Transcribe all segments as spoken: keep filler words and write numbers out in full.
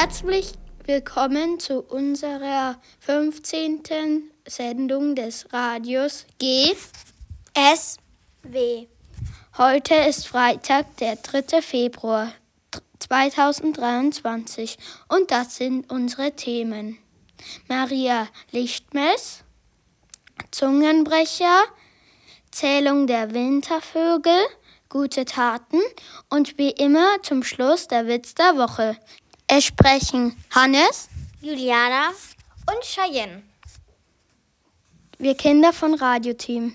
Herzlich willkommen zu unserer fünfzehnten Sendung des Radios G S W. Heute ist Freitag, der dritte Februar zweitausenddreiundzwanzig und das sind unsere Themen. Maria Lichtmess, Zungenbrecher, Zählung der Wintervögel, gute Taten und wie immer zum Schluss der Witz der Woche. Es sprechen Hannes, Juliana und Cheyenne. Wir Kinder von Radioteam.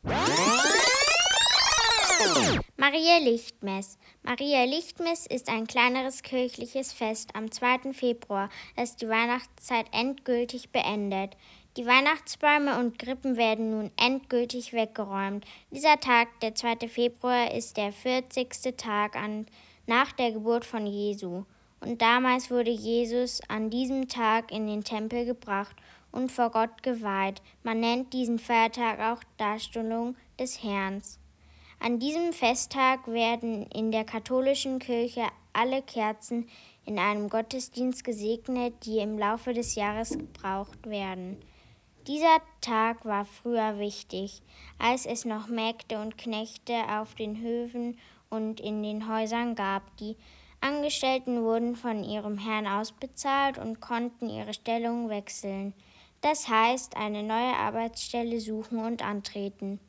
Maria Lichtmess. Maria Lichtmess ist ein kleineres kirchliches Fest am zweiten Februar, das die Weihnachtszeit endgültig beendet. Die Weihnachtsbäume und Krippen werden nun endgültig weggeräumt. Dieser Tag, der zweite Februar, ist der vierzigste Tag an, nach der Geburt von Jesu. Und damals wurde Jesus an diesem Tag in den Tempel gebracht und vor Gott geweiht. Man nennt diesen Feiertag auch Darstellung des Herrn. An diesem Festtag werden in der katholischen Kirche alle Kerzen in einem Gottesdienst gesegnet, die im Laufe des Jahres gebraucht werden. Dieser Tag war früher wichtig, als es noch Mägde und Knechte auf den Höfen und in den Häusern gab. Die Angestellten wurden von ihrem Herrn ausbezahlt und konnten ihre Stellung wechseln. Das heißt, eine neue Arbeitsstelle suchen und antreten.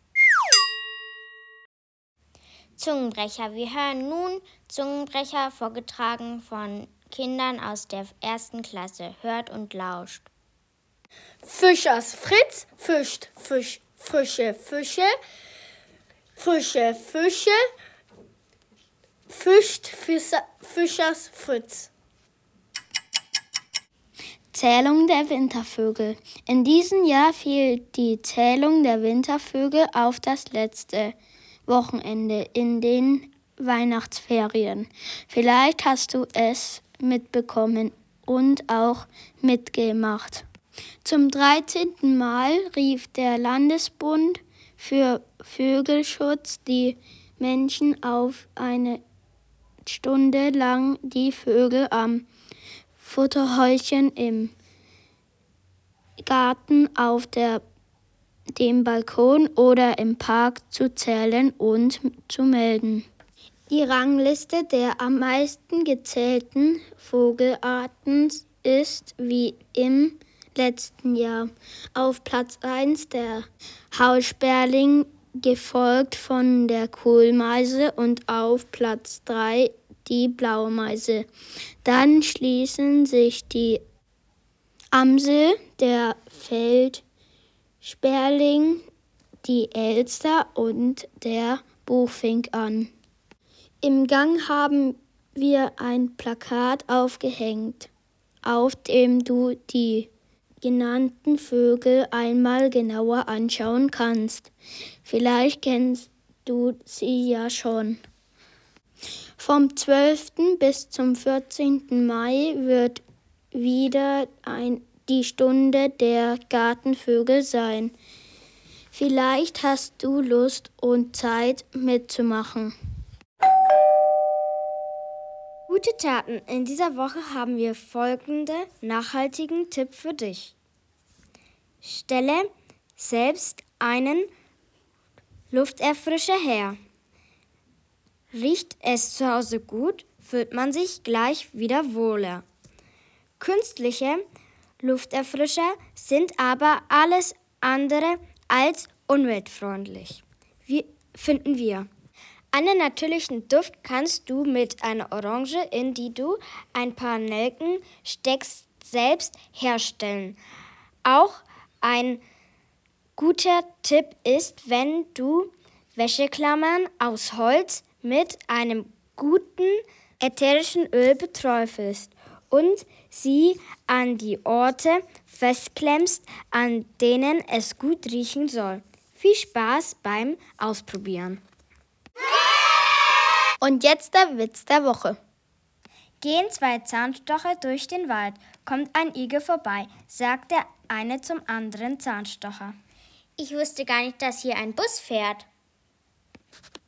Zungenbrecher. Wir hören nun Zungenbrecher vorgetragen von Kindern aus der ersten Klasse. Hört und lauscht. Fischers Fritz fischt Fisch, frische Fische, frische Fische, fischt Fischer, Fischers Fritz. Zählung der Wintervögel. In diesem Jahr fiel die Zählung der Wintervögel auf das letzte Wochenende in den Weihnachtsferien. Vielleicht hast du es mitbekommen und auch mitgemacht. Zum dreizehnten Mal rief der Landesbund für Vögelschutz die Menschen auf, eine Stunde lang die Vögel am Futterhäuschen im Garten, auf der dem Balkon oder im Park zu zählen und zu melden. Die Rangliste der am meisten gezählten Vogelarten ist wie im letzten Jahr auf Platz eins der Haussperling, gefolgt von der Kohlmeise und auf Platz drei die Blaumeise. Dann schließen sich die Amsel, der Feld Sperling, die Elster und der Buchfink an. Im Gang haben wir ein Plakat aufgehängt, auf dem du die genannten Vögel einmal genauer anschauen kannst. Vielleicht kennst du sie ja schon. Vom zwölften bis zum vierzehnten Mai wird wieder ein die Stunde der Gartenvögel sein. Vielleicht hast du Lust und Zeit mitzumachen. Gute Taten. In dieser Woche haben wir folgende nachhaltigen Tipp für dich. Stelle selbst einen Lufterfrischer her. Riecht es zu Hause gut, fühlt man sich gleich wieder wohler. Künstliche Lufterfrischer sind aber alles andere als umweltfreundlich, wie finden wir. Einen natürlichen Duft kannst du mit einer Orange, in die du ein paar Nelken steckst, selbst herstellen. Auch ein guter Tipp ist, wenn du Wäscheklammern aus Holz mit einem guten ätherischen Öl beträufelst und sie an die Orte festklemmst, an denen es gut riechen soll. Viel Spaß beim Ausprobieren. Und jetzt der Witz der Woche. Gehen zwei Zahnstocher durch den Wald, kommt ein Igel vorbei, sagt der eine zum anderen Zahnstocher. Ich wusste gar nicht, dass hier ein Bus fährt.